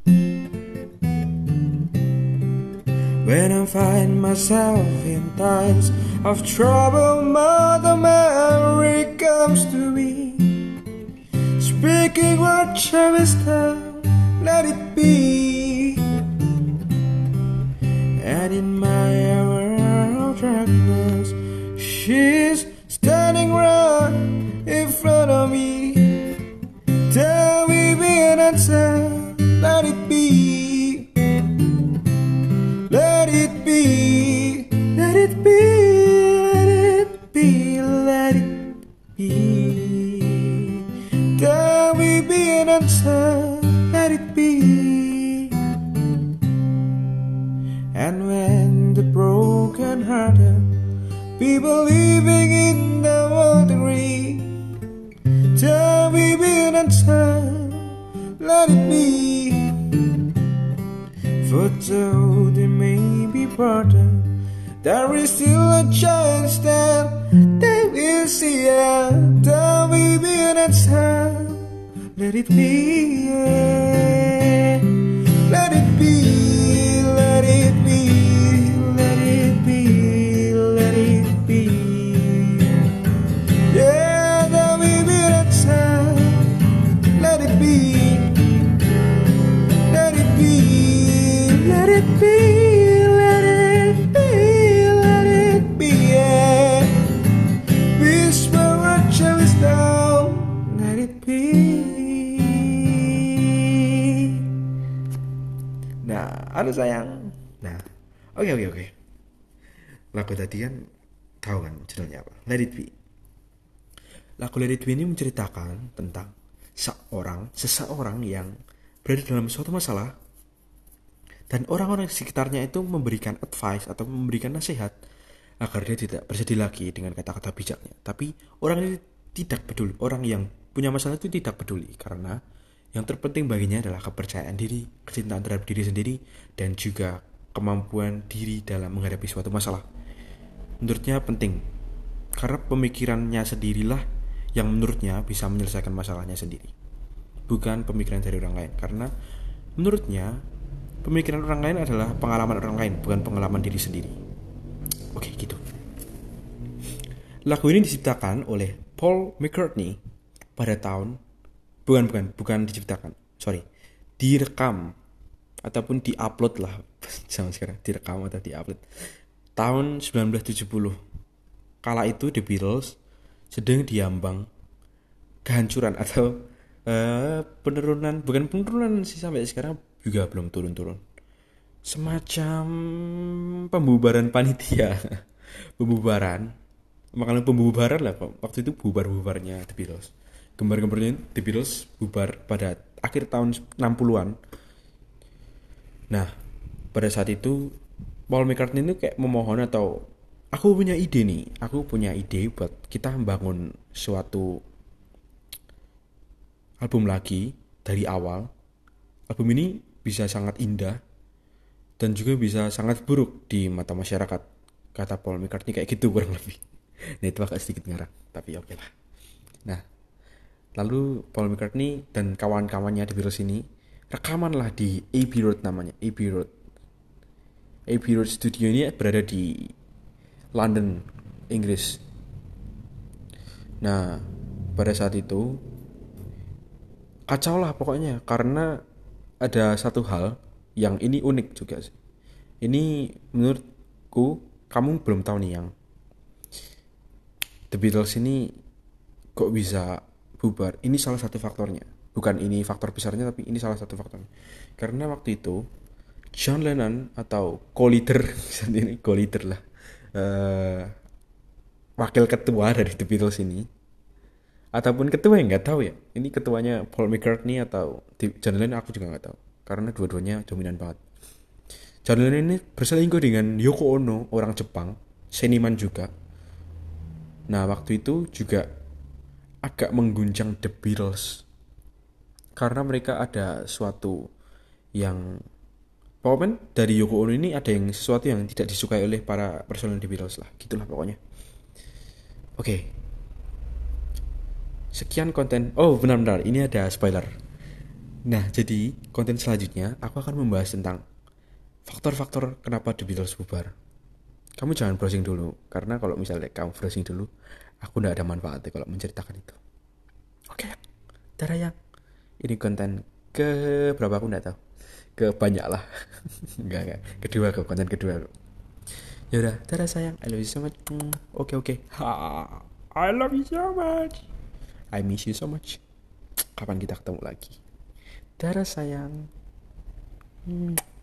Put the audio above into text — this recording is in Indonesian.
When I find myself in times of trouble, Mother Mary comes to me, speaking words of wisdom, let it be. And in my hour of darkness, she's standing right in front of me. Tell me be an answer, let it be. Let it be, let it be, let it be, let it be. Tell me be an answer, let it be. And when the broken-hearted people living in the world agree, tell me be an answer, let it be. For though they may be parted, there is still a chance that they will see it. Tell me be an answer, let it be, yeah. Let it be, let it be, let it be, let it be. Yeah, tell me be an answer, let it be. Let it be. Let it be, let it be, let it be, yeah. Whisper what shall is down, let it be. Nah, aduh sayang. Nah, oke. Lagu tadi kan tahu kan judulnya apa? Let It Be. Lagu Let It Be ini menceritakan tentang seseorang yang berada dalam suatu masalah, dan orang-orang di sekitarnya itu memberikan advice atau memberikan nasihat agar dia tidak bersedih lagi dengan kata-kata bijaknya. Tapi orang ini tidak peduli, orang yang punya masalah itu tidak peduli, karena yang terpenting baginya adalah kepercayaan diri, kecintaan terhadap diri sendiri, dan juga kemampuan diri dalam menghadapi suatu masalah. Menurutnya penting, karena pemikirannya sendirilah yang menurutnya bisa menyelesaikan masalahnya sendiri, bukan pemikiran dari orang lain. Karena menurutnya pemikiran orang lain adalah pengalaman orang lain, bukan pengalaman diri sendiri. Oke, gitu. Lagu ini diciptakan oleh Paul McCartney pada tahun direkam ataupun diupload lah zaman sekarang, direkam atau diupload tahun 1970. Kala itu The Beatles sedang diambang kehancuran atau bukan penurunan sih, sampai sekarang juga belum turun-turun. Semacam pembubaran panitia. Pembubaran lah. Waktu itu bubarnya The Beatles. Gembar-gembarnya The Beatles bubar pada akhir tahun 60-an. Nah, pada saat itu Paul McCartney itu kayak memohon atau aku punya ide buat kita membangun suatu album lagi dari awal. Album ini bisa sangat indah dan juga bisa sangat buruk di mata masyarakat, kata Paul McCartney kayak gitu kurang lebih. Nah, itu agak sedikit ngarang, tapi oke lah. Nah, lalu Paul McCartney dan kawan-kawannya di Beatles ini rekaman lah di Abbey Road namanya, Abbey Road Studio ini berada di London, Inggris. Nah, pada saat itu kacau lah pokoknya, karena ada satu hal yang ini unik juga sih. Ini menurutku kamu belum tahu nih, yang The Beatles ini kok bisa bubar. Ini salah satu faktornya. Bukan ini faktor besarnya, tapi ini salah satu faktornya. Karena waktu itu John Lennon atau co-leader lah, wakil ketua dari The Beatles ini, ataupun ketua yang nggak tahu ya, ini ketuanya Paul McCartney atau John Lennon, aku juga nggak tahu, karena dua-duanya dominan banget. John Lennon ini berselingkuh dengan Yoko Ono, orang Jepang, seniman juga. Nah, waktu itu juga agak mengguncang The Beatles, karena mereka ada suatu yang pokoknya dari Yoko Ono ini ada yang sesuatu yang tidak disukai oleh para personel The Beatles lah, gitulah pokoknya. Oke. Sekian konten. Oh, benar-benar ini ada spoiler. Nah, jadi konten selanjutnya aku akan membahas tentang faktor-faktor kenapa The Beatles bubar. Kamu jangan browsing dulu, karena kalau misalnya kamu browsing dulu, aku tidak ada manfaatnya kalau menceritakan itu. Oke, Dara yang ini konten ke berapa aku tidak tahu. Ke banyak lah. Enggak. Kedua ke konten kedua. Ya udah, Dara sayang, I love you so much. Oke. I love you so much. I miss you so much. Kapan kita ketemu lagi? Dara sayang.